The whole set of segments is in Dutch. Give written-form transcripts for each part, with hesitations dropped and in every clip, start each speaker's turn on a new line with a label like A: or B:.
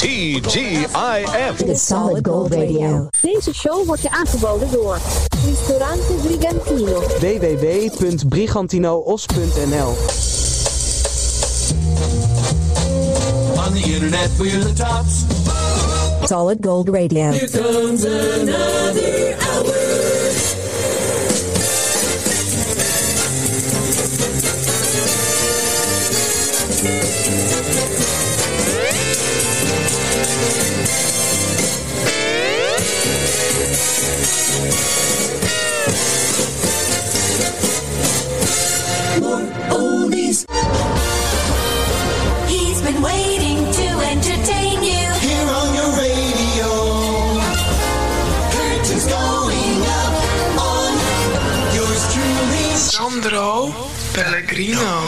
A: TGIF.
B: The Solid Gold Radio.
C: Deze show wordt je aangeboden door Ristorante Brigantino.
D: www.brigantinoos.nl.
E: On the internet we're the tops.
B: Solid Gold Radio.
E: Here comes another hour.
F: More oldies. He's been waiting to entertain you.
E: Here on your radio. Curtains going up on yours truly.
G: Sandro Pellegrino.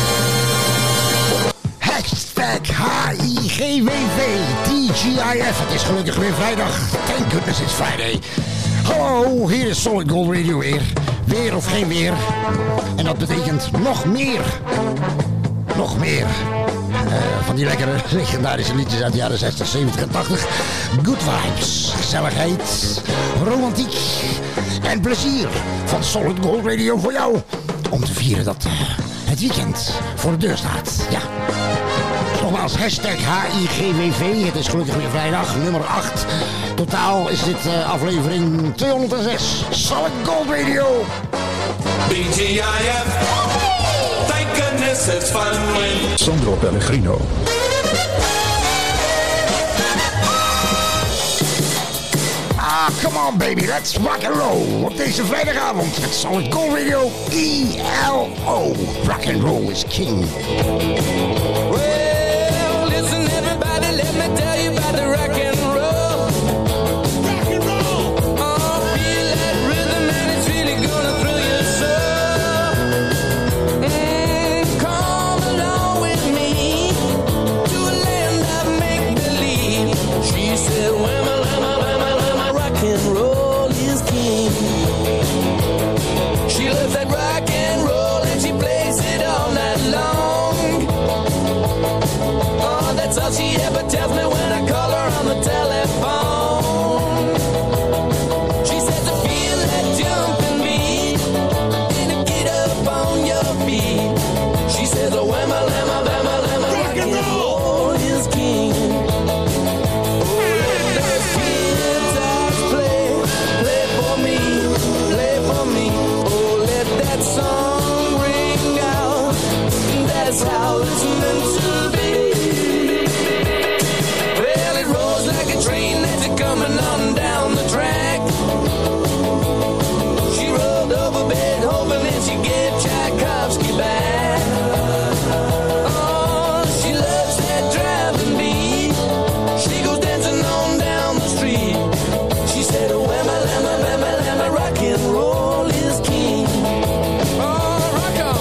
H: Hashtag HIGWV TGIF. Het is gelukkig weer vrijdag. Thank goodness it's Friday. Hallo, hier is Solid Gold Radio weer. Weer of geen weer. En dat betekent nog meer. Nog meer. Van die lekkere legendarische liedjes uit de jaren 60, 70 en 80. Good vibes, gezelligheid, romantiek en plezier van Solid Gold Radio voor jou. Om te vieren dat het weekend voor de deur staat. Ja. Nogmaals, hashtag HIGWV. Het is gelukkig weer vrijdag, nummer 8. Totaal is dit aflevering 206. Solid Gold Radio.
E: BGIF. Thank goodness it's fun when
A: Sandro Pellegrino.
H: Ah, come on baby, let's rock and roll. Op deze vrijdagavond met Solid Gold Radio ELO. Rock and roll is king.
E: well, listen everybody, let me tell you about the rock and roll. Rock and roll. Oh, feel that rhythm and it's really gonna thrill your soul. Come along with me to a land of make-believe. She said, whamma, lamma, lamma, lamma, rock and roll is king. She loves that rock and roll and she plays it all night long. Oh, that's all she ever tells me when I call her on the telephone. She says to feel that jumping beat and to get up on your feet. She says, oh, whamma, lamma, lamma, lamma, rock and roll is king. Oh, let those guitars play, play for me, play for me. Oh, let that song ring out. That's how it's meant to be. Well, it rolls like a train that's coming on down the track. She rolled over Beethoven and she gave Tchaikovsky back. Oh, she loves that driving beat. She goes dancing on down the street. She said, oh, whamma, lamma, lamma, lamma, rock and roll is king. Oh, rock on.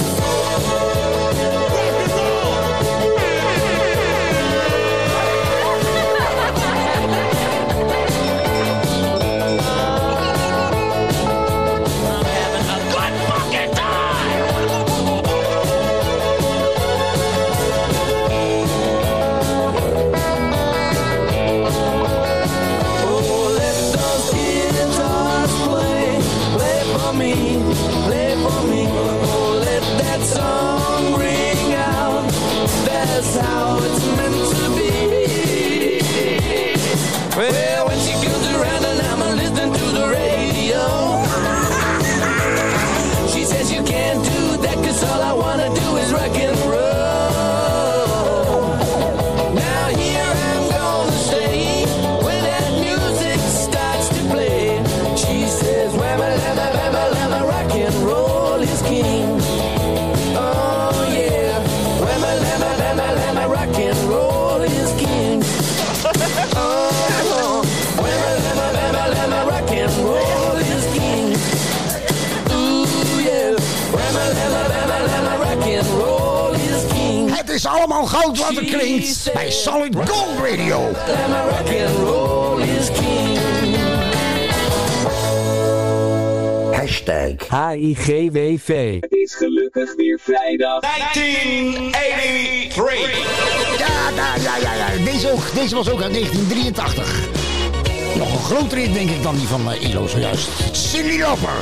E: Oh, let those guitars play, play for me, play for me. Oh, let that song ring out. That's how it's meant to be. Well, when she comes around and I'm listening to the radio, she says you can't do that 'cause all I wanna do is rock and roll. Now here I'm gonna stay when that music starts to play. She says, whamma, lamma, lamma, lamma, rock and roll is king. Oh yeah, whamma, lamma, lamma, lamma, rock and roll is king. Oh, whamma, lamma, lamma, lamma, rock and roll is king. Ooh yeah, whamma, lamma, lamma, lamma, rock and roll is king.
H: Het is allemaal goud wat er klinkt bij Solid Gold Radio.
E: Lamma, rock and roll is king.
H: Hashtag
A: HIGWV.
D: Het is gelukkig weer vrijdag.
E: 1983.
H: Ja. Deze was ook uit 1983. Nog een grotere hit, denk ik, dan die van ILO zojuist. Cyndi Lauper.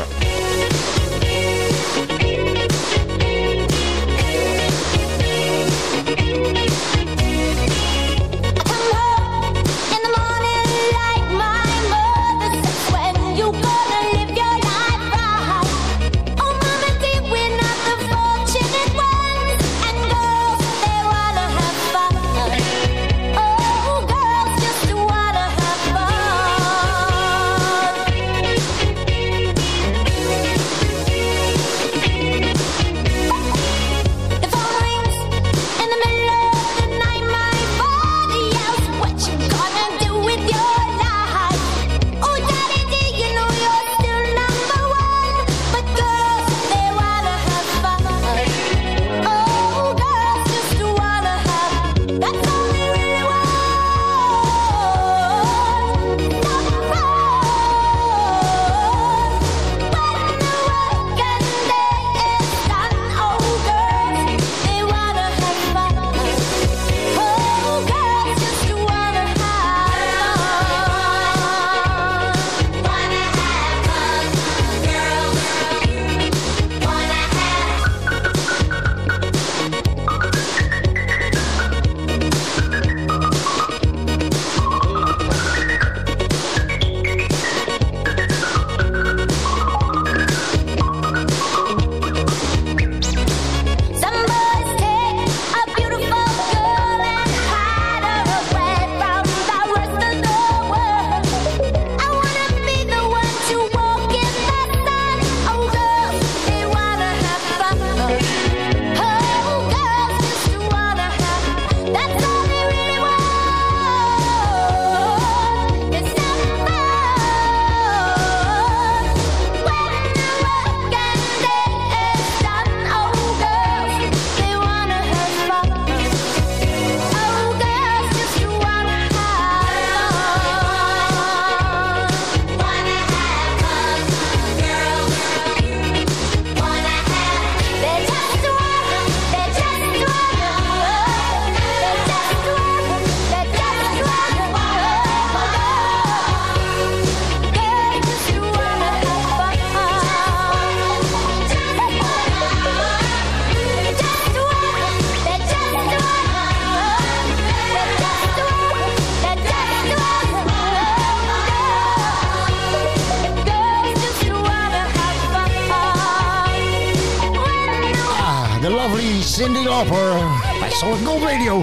H: Cyndi Lauper bij Solid Gold Radio.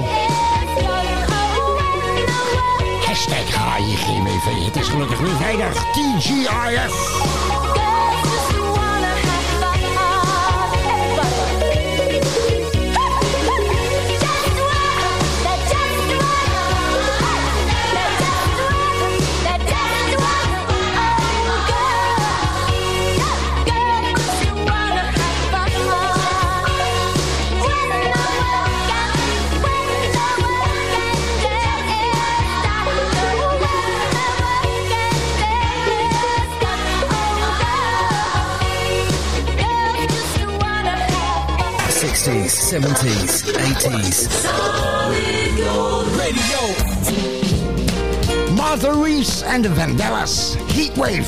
H: Hashtag HIGWV. Het is gelukkig weer vrijdag. TGIF.
I: '60s, '70s, '80s.
E: Solid Gold Radio.
H: Martha Reeves and the Vandellas. Heatwave.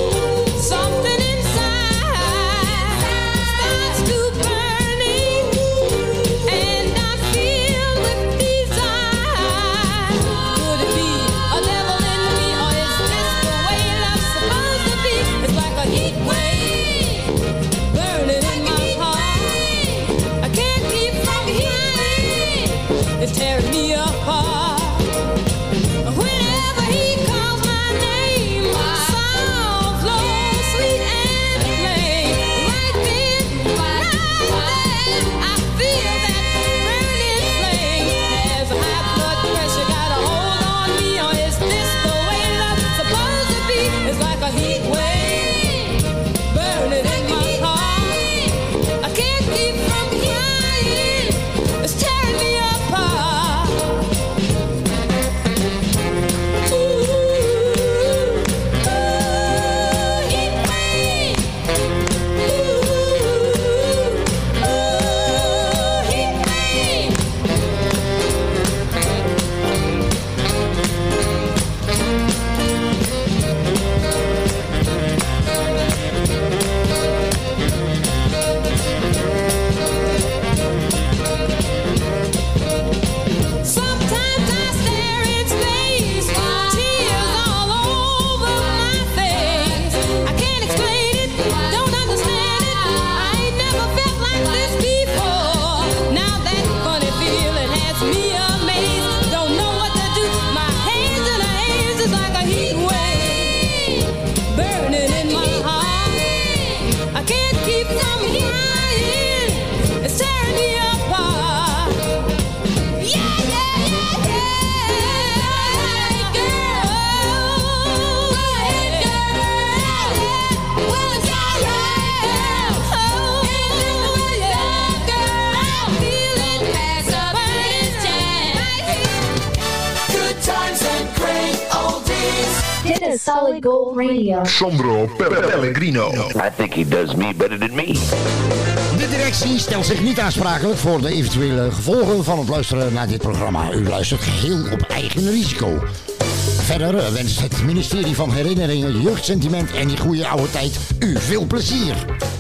E: Something inside starts to burn. heat wave burning in my heart. I can't keep from crying. It's tearing me apart. Ooh, heat wave. Heat wave. Sometimes I stare in space, tears all over my face. I can't explain it, don't understand it. I ain't never felt like this before. Now that funny feeling has me amazed. Don't know what to do. My hands in the haze is like a heat wave burning in my heart. I can't keep from crying. It's tearing me apart. Yeah, yeah, yeah, yeah, girl. Go ahead, girl. Well, it's all right. Oh, yeah, girl. Feel it pass up burning jam.
F: Good times and great oldies.
C: Dit is Solid Gold Radio.
J: Sandro Pellegrino.
D: I think he does me better than me.
H: De directie stelt zich niet aansprakelijk voor de eventuele gevolgen van het luisteren naar dit programma. U luistert geheel op eigen risico. Verder wenst het ministerie van Herinneringen, Jeugdsentiment en die goede oude tijd u veel plezier.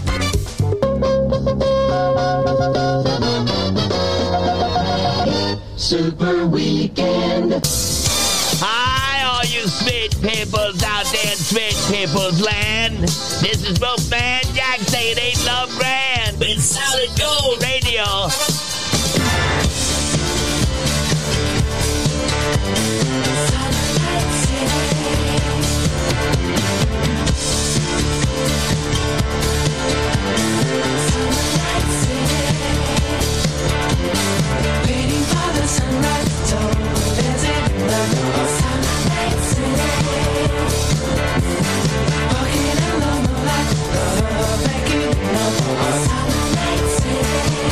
F: Super Weekend.
K: Hi, all you sweet peoples out there in sweet people's land. This is Wolfman Jack saying ain't no grand. With Solid Gold Radio.
F: Waiting for the sunrise to visit the Sunlight City. Walking along the light, making love. Sunlight City.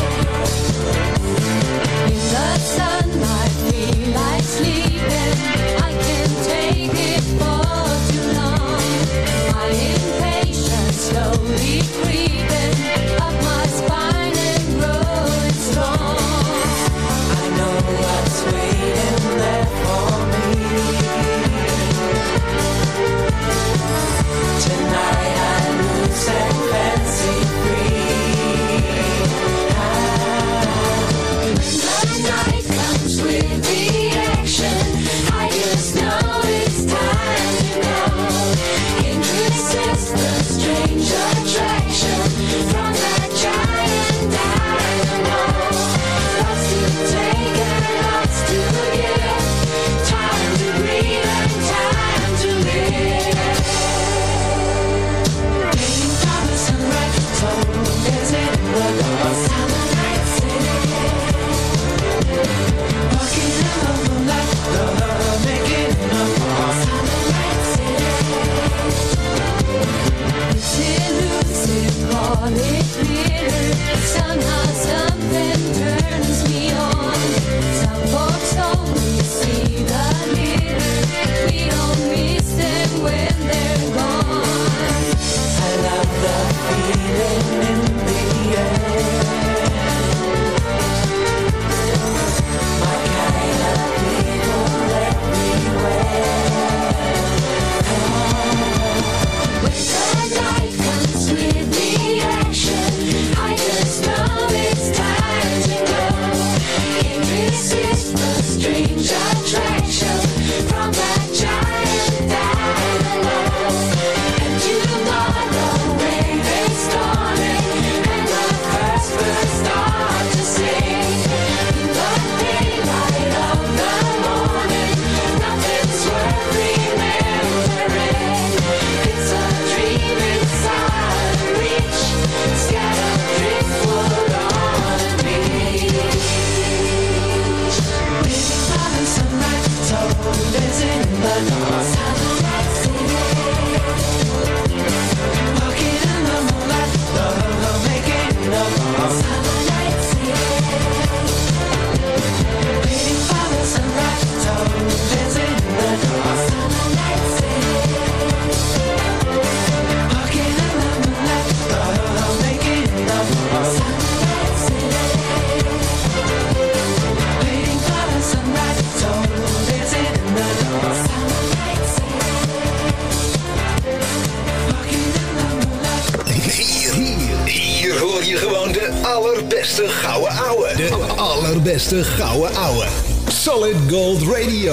L: hoor je gewoon de allerbeste gouden ouwe. De allerbeste gouden ouwe. Solid Gold Radio.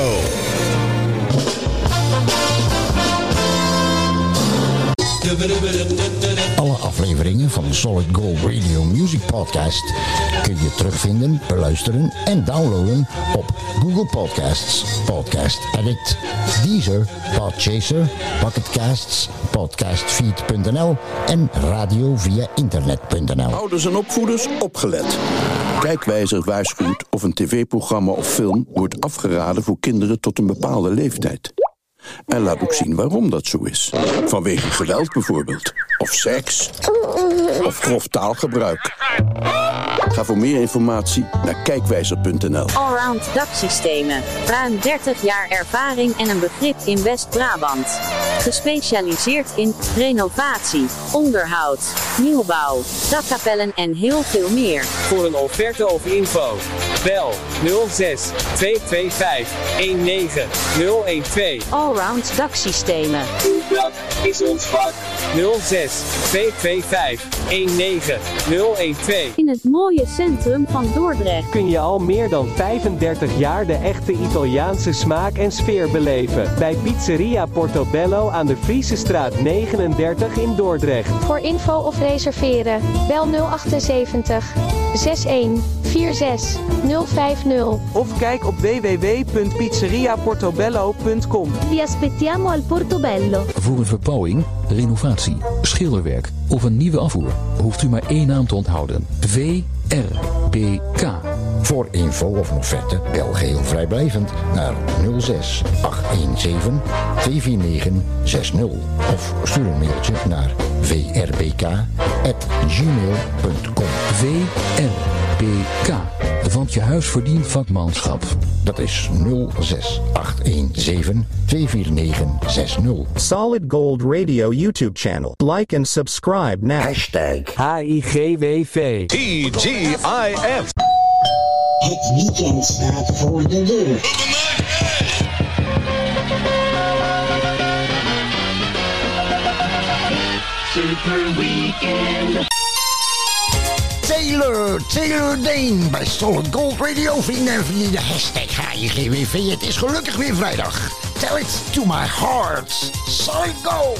H: Alle afleveringen van de Solid Gold Radio Music Podcast kun je terugvinden, beluisteren en downloaden op Google Podcasts, Podcast Addict, Deezer, Podchaser, Pocketcasts, podcastfeed.nl en radio via internet.nl.
M: Ouders en opvoeders opgelet. Kijkwijzer waarschuwt of een tv-programma of film wordt afgeraden voor kinderen tot een bepaalde leeftijd. En laat ook zien waarom dat zo is. Vanwege geweld bijvoorbeeld. Of seks. Of grof taalgebruik. Ga voor meer informatie naar kijkwijzer.nl.
N: Allround daksystemen. Ruim 30 jaar ervaring en een begrip in West-Brabant. Gespecialiseerd in renovatie, onderhoud, nieuwbouw, dakkapellen en heel veel meer.
A: Voor een offerte of info, bel 06 225 19012.
N: Allround daksystemen.
A: Dat is ons vak. 06 225 19012.
N: In het mooie centrum van Dordrecht
A: Kun je al meer dan 35 jaar de echte Italiaanse smaak en sfeer beleven. Bij Pizzeria Portobello aan de Friesestraat 39 in Dordrecht.
O: Voor info of reserveren, bel 078 61 46 050.
A: Of kijk op www.pizzeriaportobello.com.
O: Vi aspettiamo al Portobello.
P: Voor een verbouwing, renovatie, schilderwerk of een nieuwe afvoer hoeft u maar één naam te onthouden. VRBK.
H: Voor info of een offerte bel geheel vrijblijvend naar 06 817 249 60 of stuur een mailtje naar vrbk@gmail.com.
P: VRBK. Want je huis verdient vakmanschap.
H: Dat is 06 817 249 60.
Q: Solid Gold Radio YouTube channel. Like and subscribe now.
H: Hashtag
A: HIGWV.
R: TGIF.
S: Het weekend staat voor de deur.
K: Super Weekend.
H: Taylor Dane bij Solid Gold Radio, vrienden en vrienden. De hashtag HIGWV. Het is gelukkig weer vrijdag. Tell it to my heart. Solid Gold.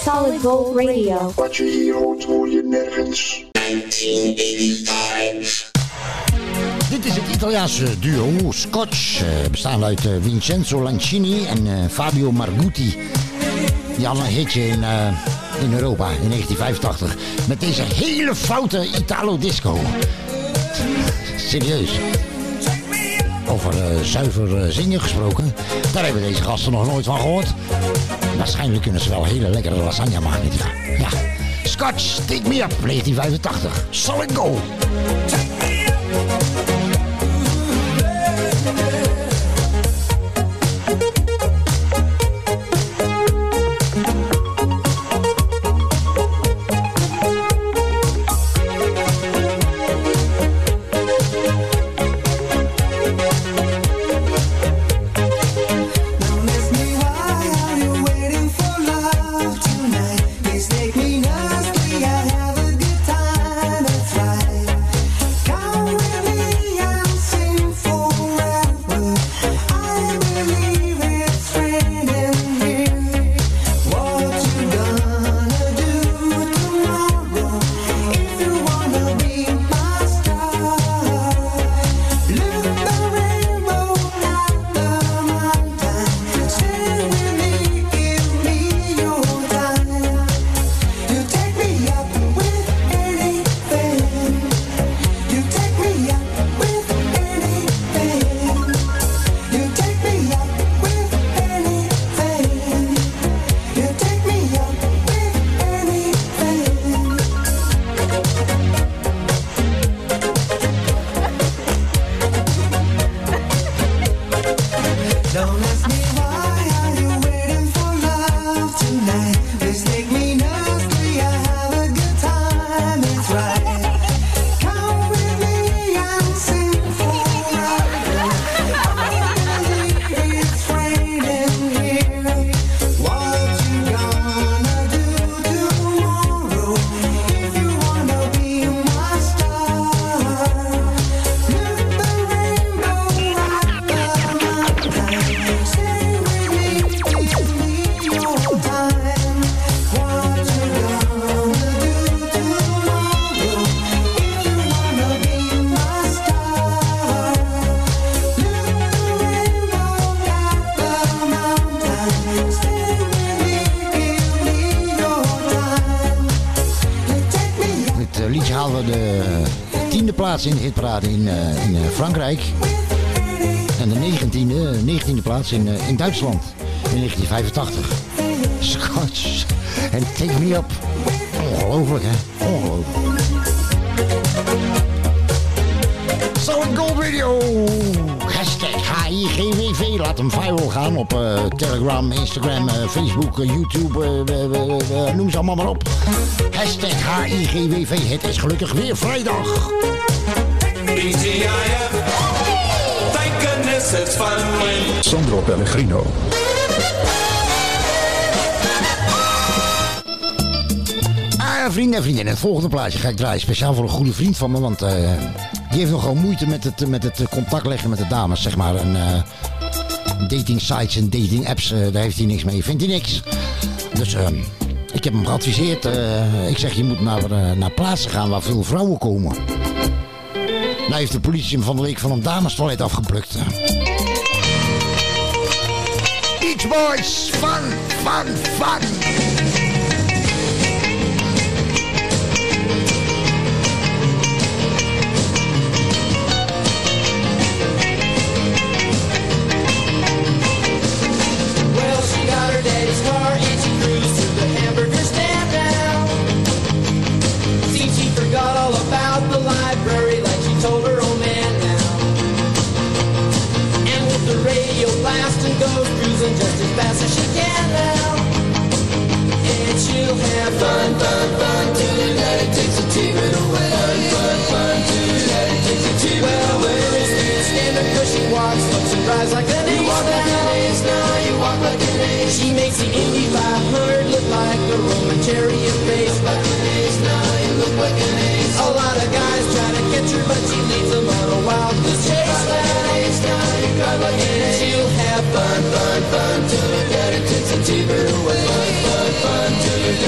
O: Solid Gold Radio.
J: Wat je hier hoort, hoor je nergens.
H: 1985. Dit is het Italiaanse duo Scotch, bestaande uit Vincenzo Lancini en Fabio Margutti. Die hadden een hitje in Europa in 1985 met deze hele foute Italo-disco. Serieus. Over zuiver zingen gesproken, daar hebben deze gasten nog nooit van gehoord. Waarschijnlijk kunnen ze wel hele lekkere lasagne maken. Ja. Scotch, Take Me Up, 1985. Solid Gold. Plaats in de hitparade in Frankrijk. En de 19e plaats in Duitsland in 1985. Scotch en Take Me Up. Ongelooflijk, hè? Ongelooflijk. Solid Gold Radio. Hashtag HIGWV. Laat hem viral gaan op Telegram, Instagram, Facebook, YouTube. Noem ze allemaal maar op. Hashtag HIGWV. Het is gelukkig weer vrijdag.
E: Thank goodness it's fun when
J: Sandro Pellegrino.
H: Vrienden en vriendinnen, het volgende plaatje ga ik draaien speciaal voor een goede vriend van me, want die heeft nogal moeite met het contact leggen met de dames, zeg maar. Dating sites en dating apps, daar heeft hij niks mee, vindt hij niks. Dus ik heb hem geadviseerd, ik zeg je moet naar plaatsen gaan waar veel vrouwen komen. Nou heeft de politie hem van de week van een damestoilet afgeplukt. Beach Boys, fun, fun, fun.
E: Goes cruising just as fast as she can now. And she'll have fun, fun, fun till her daddy takes a T-bird away. Fun, fun, fun till her daddy takes a T-bird away. Well, the girls can't stand her 'cause she walks, looks and drives like an ace. You walk like an ace now, you walk like an ace. She makes the Indy 500 look like a Roman chariot race. Like an ace now, you look like an ace. A lot of guys try to catch her, but she leads them on a wild goose chase. Like an ace now, you drive like an ace. She'll have fun, fun, fun till her daddy takes a T-bird away. Fun, fun, fun till her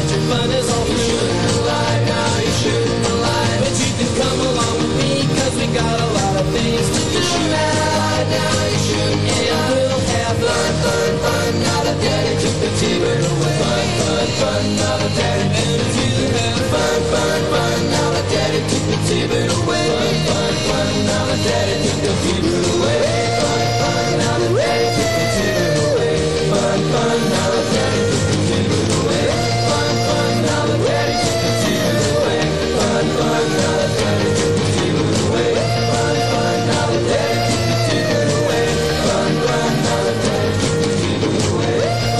E: your fun is all through. Now you're shooting the light. But you can come along with me, cause we got a lot of things to do. Now you're shooting the light. And we'll have fun. Now that daddy took the T-bird away. Fun, now that daddy took the T-bird away. Now that daddy took the T-bird away. Now that daddy took the T-bird away. Now that daddy took the T-bird away. Now that daddy took the T-bird away. Now that daddy took the T-bird away. Now that daddy took the T-bird away. Now that daddy took the T-bird away. Now that daddy took the T-bird away.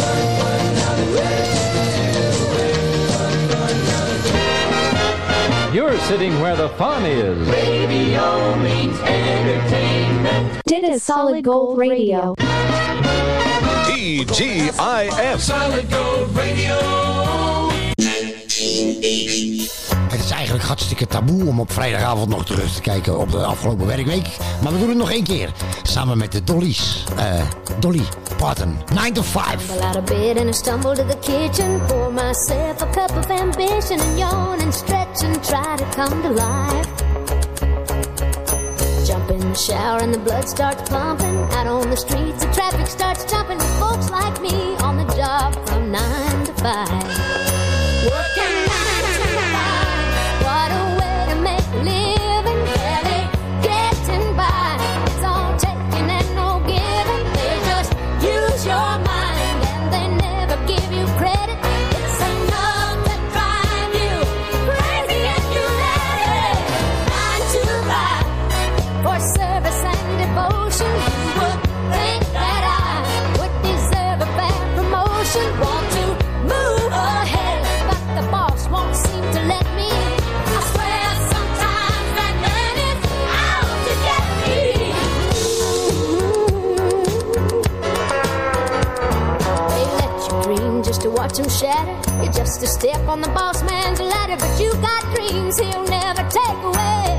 T: You're sitting where the fun is.
E: Radio means entertainment.
O: Dit is Solid Gold Radio.
R: TGIF.
E: Solid Gold Radio.
H: Het is eigenlijk hartstikke taboe om op vrijdagavond nog terug te kijken op de afgelopen werkweek. Maar we doen het nog één keer. Samen met de Dolly's. Dolly Parton. 9 to 5.
U: Stumble out of bed and I stumble to the kitchen. Pour myself a cup of ambition and yawn and stretch and try to come to life. Jump in the shower and the blood starts pumping. Out on the streets the traffic starts jumping. With folks like me on the job from 9 to 5. Working 9 to 5. What a way to make a living. Barely getting by. It's all taking and no giving. They just use your mind and they never give you credit. It's enough to drive you crazy and you let it. 9 to 5 for service and devotion. You would think that I would deserve a bad promotion. Want to move ahead, but the boss won't seem to let me. I swear sometimes that man is out to get me. They let you dream just to watch him shatter. You're just a step on the boss man's ladder, but you got dreams he'll never take away.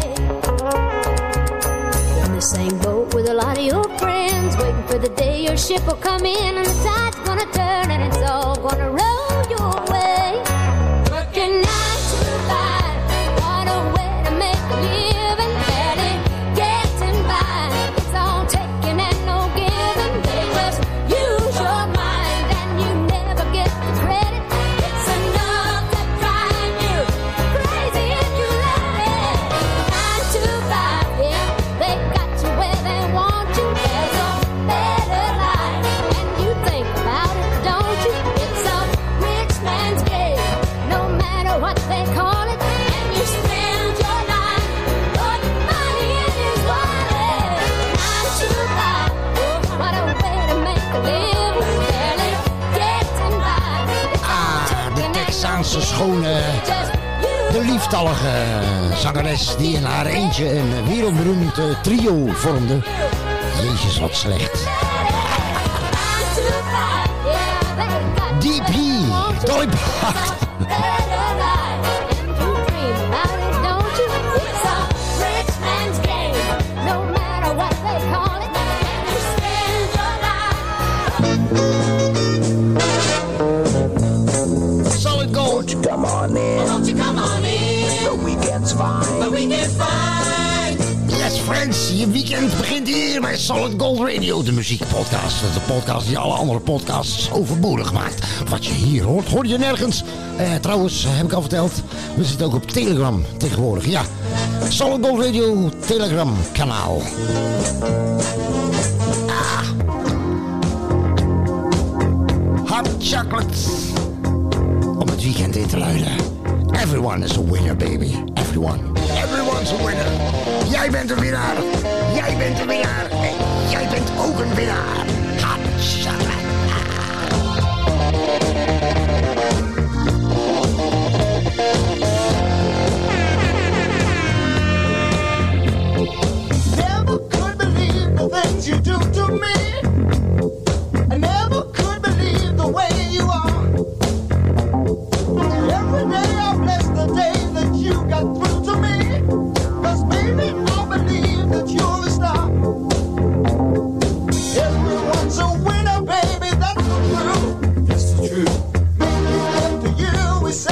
U: You're in the same boat with a lot of your friends, waiting for the day your ship will come in and the tide's gonna turn and it's all gonna roll your way. Working 9 to 5, what a way to make a living. Barely getting by, it's all taking and no giving. They just use your mind and you never get the credit. It's enough to drive you crazy if you let it. 9 to 5, yeah, they got you where they want you. There's a better life, and you think about it, don't you? It's a rich man's game, no matter what they call it. And you spend your life putting money in his wallet. 9 to 5, oh, what a way to make a living. Barely getting by. It's all
H: De
U: taking and
H: Texaanse schone, de lieftallige zangeres die in haar eentje een wereldberoemd trio vormde. Jezus, wat slecht. DP, Dolly Parton. Solid Gold.
D: Come on in.
E: Won't you come on in?
D: The weekend's fine.
E: The weekend's fine.
H: Yes, friends, je weekend begint hier bij Solid Gold Radio, de muziekpodcast. Dat is de podcast die alle andere podcasts overbodig maakt. Wat je hier hoort, hoor je nergens. Trouwens, heb ik al verteld, we zitten ook op Telegram tegenwoordig. Ja, Solid Gold Radio, Telegram kanaal. Hot chocolate. Om het weekend in te luiden. Everyone is a winner, baby. Everyone. Everyone's a winner. Jij bent een winnaar. Jij bent een winnaar. En jij bent ook een winnaar. Hot chocolate.
E: Never could believe the things you do to me. I never could believe the way you are. Every day I bless the day that you got through to me. 'Cause baby, I believe that you're a star. Everyone's a winner, baby, that's the truth. It's the truth. Baby, to you we say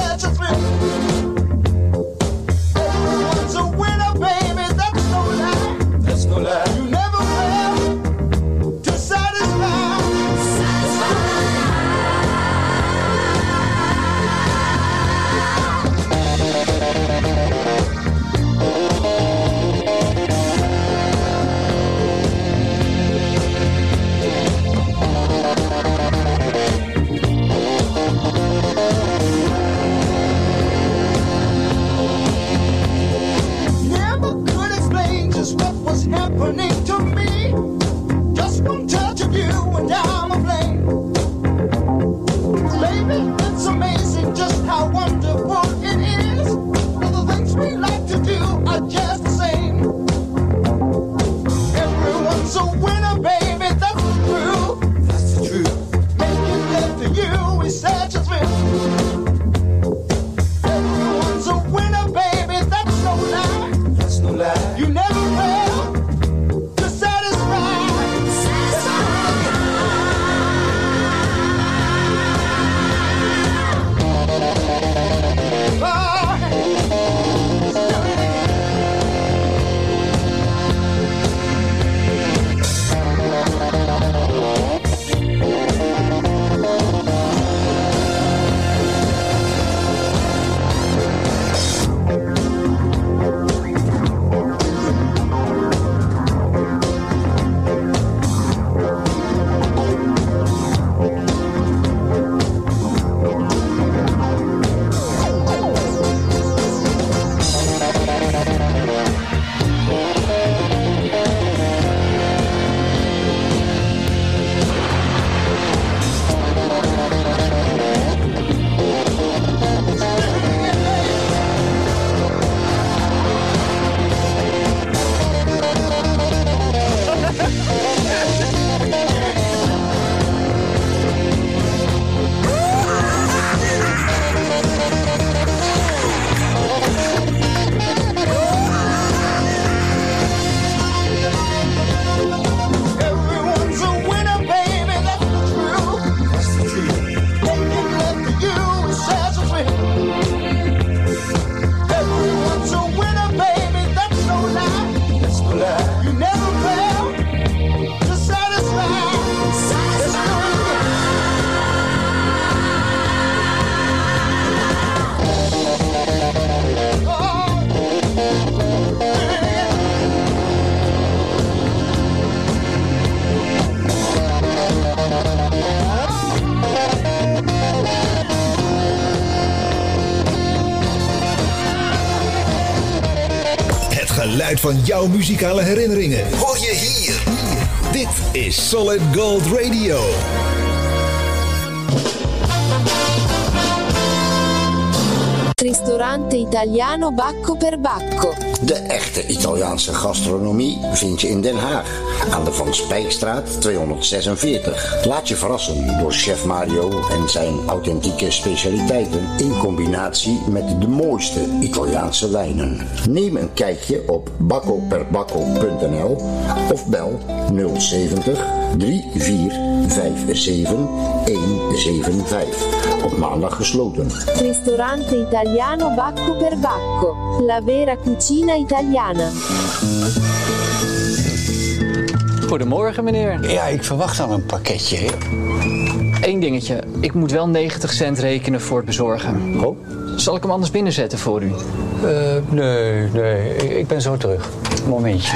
L: geluid van jouw muzikale herinneringen hoor je hier. Dit is Solid Gold Radio.
C: Ristorante Italiano Bacco per Bacco.
H: De echte Italiaanse gastronomie vind je in Den Haag. Aan de Van Spijkstraat 246. Laat je verrassen door chef Mario en zijn authentieke specialiteiten in combinatie met de mooiste Italiaanse wijnen. Neem een kijkje op baccoperbacco.nl of bel 070 3457 175. Op maandag gesloten.
C: Ristorante Italiano Bacco per Bacco. La vera cucina italiana.
B: Goedemorgen, meneer.
V: Ja, ik verwacht al een pakketje.
B: Eén dingetje. Ik moet wel 90 cent rekenen voor het bezorgen.
V: Oh?
B: Zal ik hem anders binnenzetten voor u?
V: Nee. Ik ben zo terug. Een momentje.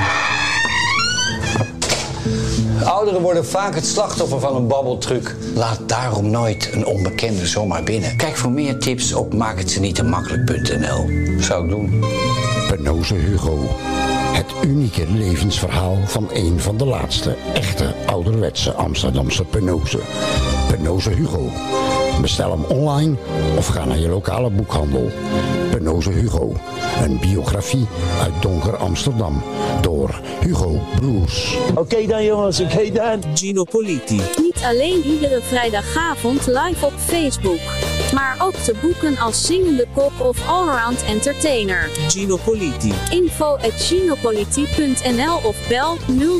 V: Ouderen worden vaak het slachtoffer van een babbeltruc. Laat daarom nooit een onbekende zomaar binnen. Kijk voor meer tips op maakhetzenietemakkelijk.nl. Zou ik doen.
H: Penoze Hugo. Het unieke levensverhaal van een van de laatste echte ouderwetse Amsterdamse Penoze. Penoze Hugo. Bestel hem online of ga naar je lokale boekhandel. Penoze Hugo. Een biografie uit donker Amsterdam. Door Hugo Broers.
W: Oké dan jongens, oké dan. Gino Politi.
N: Niet alleen iedere vrijdagavond live op Facebook, maar ook te boeken als zingende kok of allround entertainer.
W: Gino Politi.
N: info@ginopoliti.nl of bel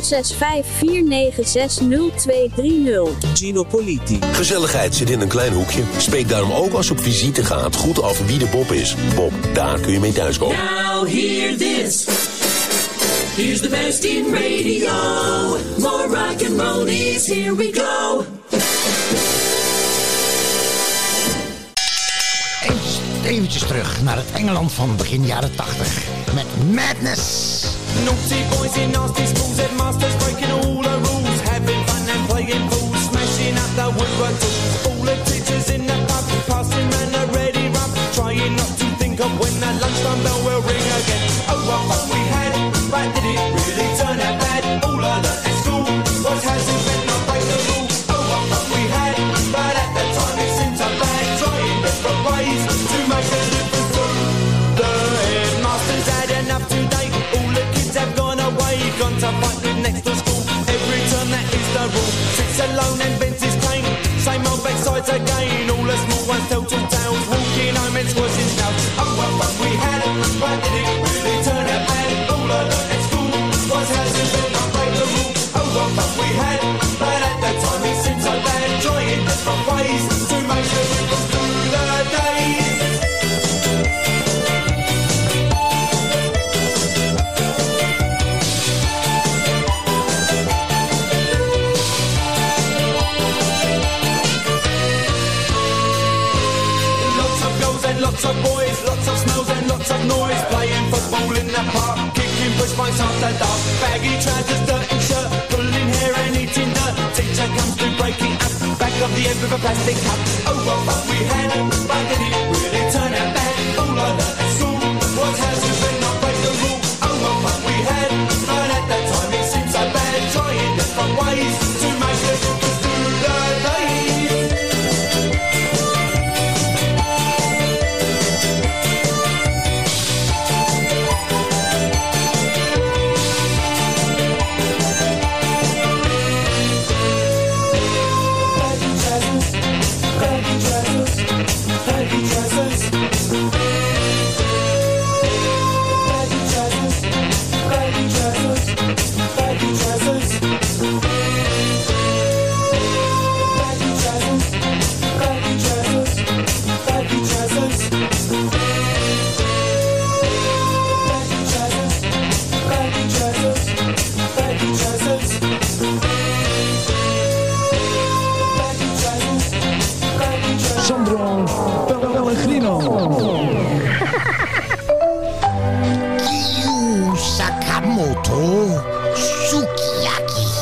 N: 065-496-0230.
W: Gino Politi.
X: Gezelligheid zit in een klein hoekje. Spreek daarom ook als je op visite gaat goed af wie de Bob is. Bob, daar kun je mee thuiskomen.
E: Now hear this. Here's the best in radio. More rock and roll is here we go.
H: Eventjes terug naar het Engeland van begin jaren 80 met Madness.
E: Naughty boys in nasty schools, headmasters breaking all the rules, having fun and playing pool, smashing up the woodwork tools. All the teachers in the pub, passing round the ready rub, trying not to think of when that lunchtime bell will ring again. Oh, what fun we had, but did it really turn out bad? All I learned at school was hasn't been not break the rules. Oh, what fun we had, but at the time it seemed so bad, trying different ways to make a difference too. The headmasters had enough today, all the kids have gone away, gone to fight with next to school. Every turn that is the rule, sits alone and bends his cane, same old backsides again, all the small ones tell tall tales, walking home and squashing snout. Oh, what fun we had, but did it really turn out bad? All I learned at school was hasn't been not break the rules. Oh, what fun we had, but at that time it seemed so bad, trying different ways to make sure it was through the days. Lots of boys, lots of smells and lots of noise, playing football in the park, kicking push bikes after dark, baggy trousers, dirty shirt, pulling hair and eating dirt, teacher comes to break it up, back of the head with a plastic cup. Oh, what fun we had, but did it really turn out bad? All I learned at school was hasn't been not break the rule. Oh, what fun we had, but at that time it seemed so bad, trying different ways to make a difference through the days.
W: Sandro Pellegrino.
H: Kyu Sakamoto Sukiyaki.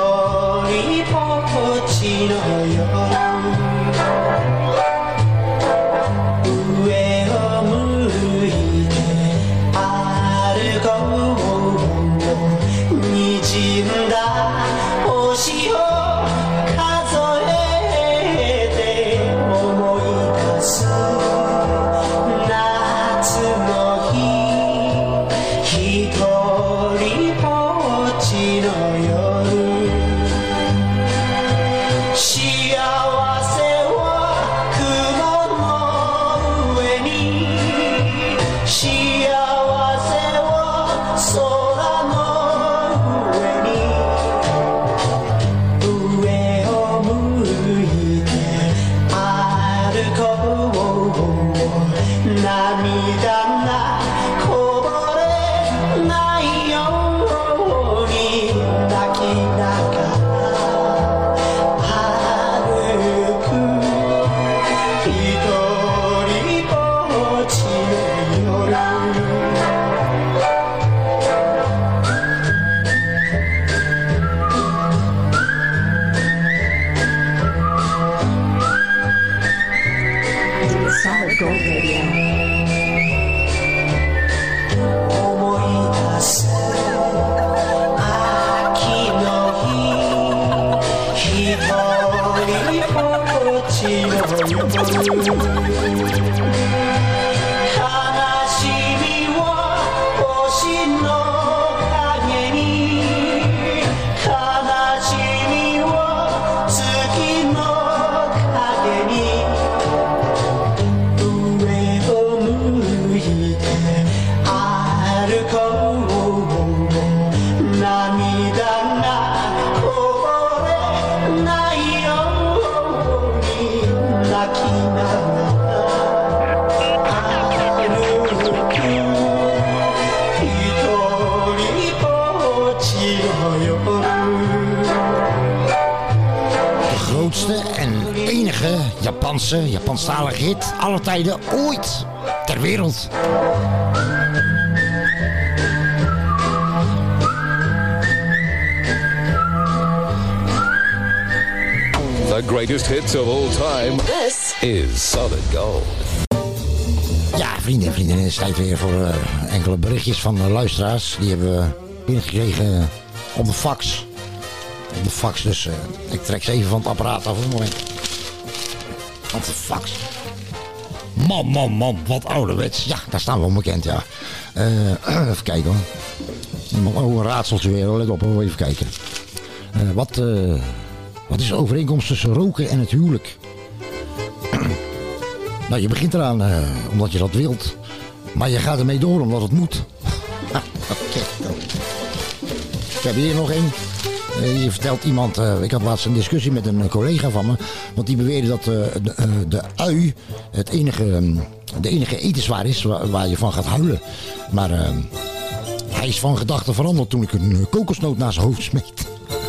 H: Japanstalige hit aller tijden ooit ter wereld.
R: The greatest hits of all time. This is Solid Gold.
H: Ja, vrienden en vriendinnen, het is tijd weer voor enkele berichtjes van luisteraars. Die hebben we binnengekregen op de fax. Op de fax, dus ik trek ze even van het apparaat af. Een moment. Op de fax. Man, wat ouderwets. Ja, daar staan we onbekend, ja. Even kijken hoor. Oh, een raadseltje weer, let op, even kijken. Wat is de overeenkomst tussen roken en het huwelijk? Nou, je begint eraan omdat je dat wilt. Maar je gaat ermee door omdat het moet. Okay. Ik heb hier nog één. Je vertelt iemand, ik had laatst een discussie met een collega van me, want die beweerde dat de ui de enige etenswaar is waar je van gaat huilen. Maar hij is van gedachten veranderd toen ik een kokosnoot naar zijn hoofd smeet.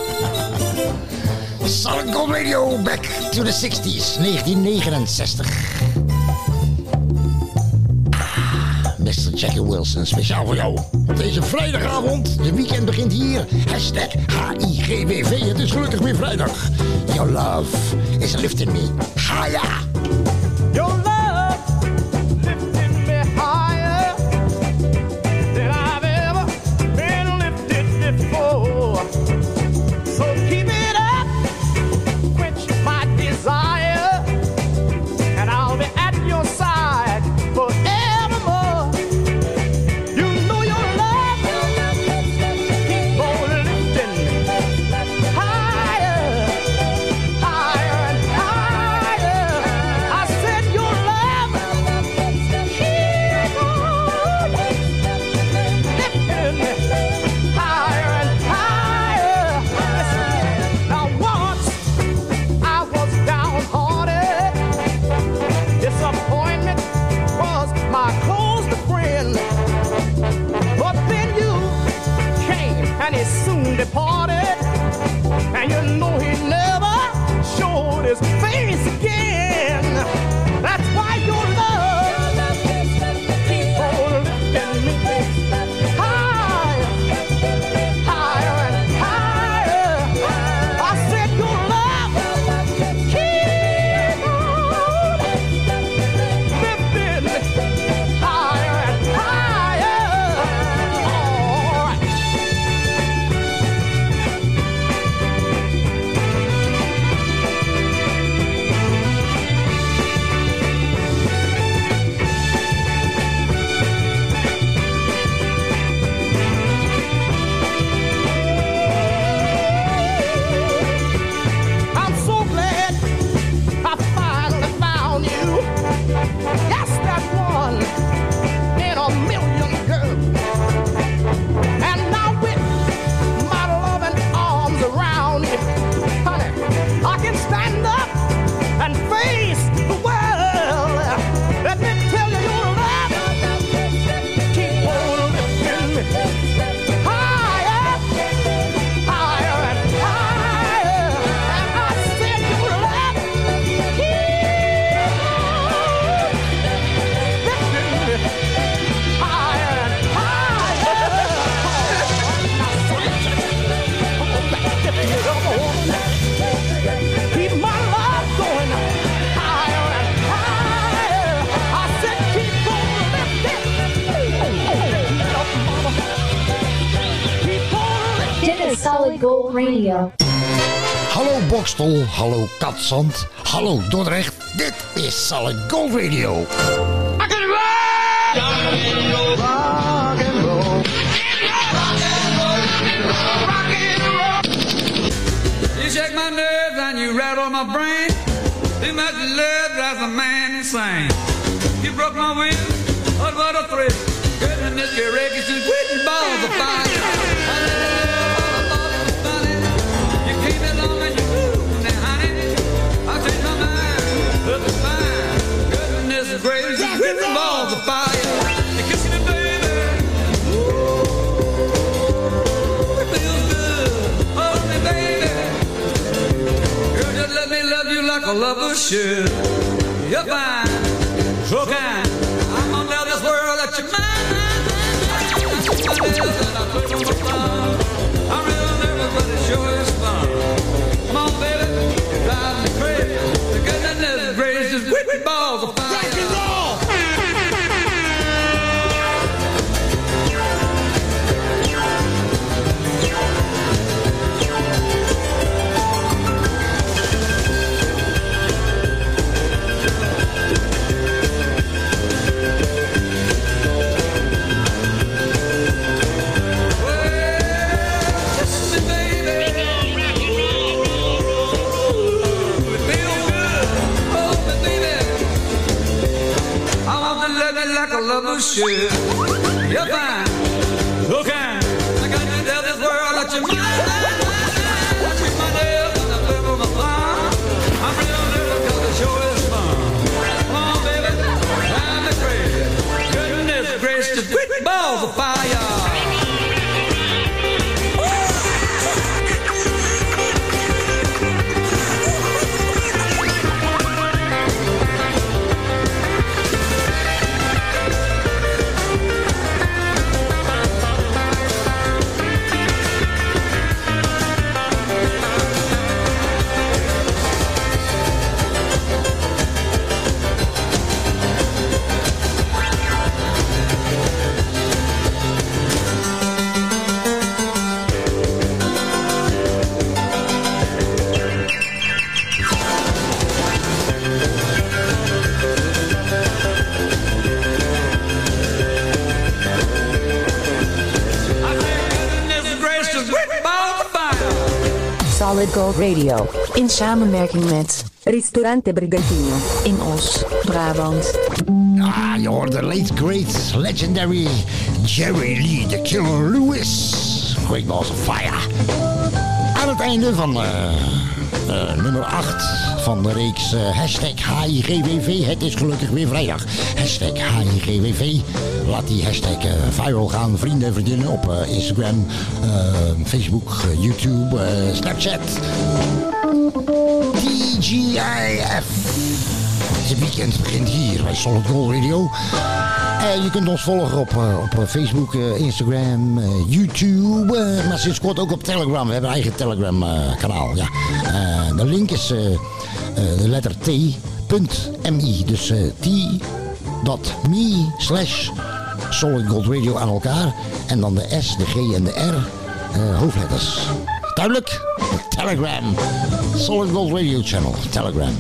H: Solid Gold Radio, back to the 60s, 1969. Mr. Jackie Wilson, speciaal voor jou. Op deze vrijdagavond, de weekend begint hier. Hashtag HIGWV, het is gelukkig weer vrijdag. Your love is lifting me higher.
E: Your love lifting me higher than I've ever been lifted before. So keep it up, quench my desire, and I'll be at your side forever. Your
O: Gold Radio.
H: Hallo Bokstel, hallo Katzand, hallo Dordrecht. Dit is Solid Gold Radio.
E: Rock and roll, rock and roll.
F: You shake my nerves and you rattle my brain. Too much love drives a man insane. You broke my will, oh what a thrill. Goodness, your records and quitting balls of fire. You came along and you moved, now honey, I changed my mind. Look at mine. Goodness gracious, you're quitting balls of fire. You're kissing me, baby. Ooh, it feels good. Hold me, baby. Girl, just let me love you like a lover should. You're fine, so kind. I'm gonna tell this world that you're mine. I'm real nervous, but it sure is fun. Come on, baby, drive me crazy. The goodness gracious, whipping balls of fire. Rock and roll! Like a lover should. You're fine, so kind. I got to tell this world that you're mine. I keep my nails on the flip of my thumb. I'm real nervous 'cause the show is fun. Come on, baby, drive me crazy. Goodness gracious, quick balls of fire.
G: Solid Gold Radio. In samenwerking met Ristorante Brigantino in Os, Brabant.
H: Ah, je hoort de late great legendary Jerry Lee, the Killer Lewis. Great Balls of Fire. Aan het einde van nummer 8 van de reeks hashtag HIGWV. Het is gelukkig weer vrijdag. Hashtag HIGWV. Laat die hashtag viral gaan. Vrienden en vriendinnen op Instagram, Facebook, YouTube, Snapchat. TGIF. Het weekend begint hier bij Solid Gold Radio. Je kunt ons volgen op Facebook, Instagram, YouTube, maar sinds kort ook op Telegram. We hebben een eigen Telegram kanaal. Ja. De link is de letter t.mi, dus t.me/Solid Gold Radio aan elkaar. En dan de S, de G en de R, hoofdletters. Duidelijk? Telegram. Solid Gold Radio Channel, Telegram.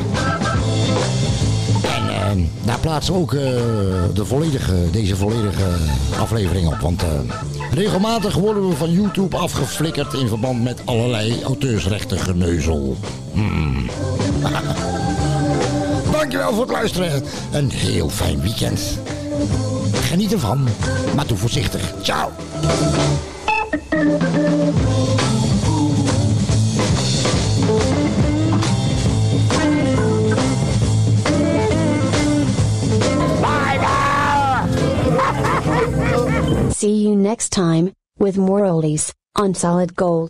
H: En daar plaatsen we ook deze volledige aflevering op. Want regelmatig worden we van YouTube afgeflikkerd in verband met allerlei auteursrechten geneuzel. Dankjewel voor het luisteren. Een heel fijn weekend. Geniet ervan, maar doe voorzichtig. Ciao.
O: See you next time, with more oldies, on Solid Gold.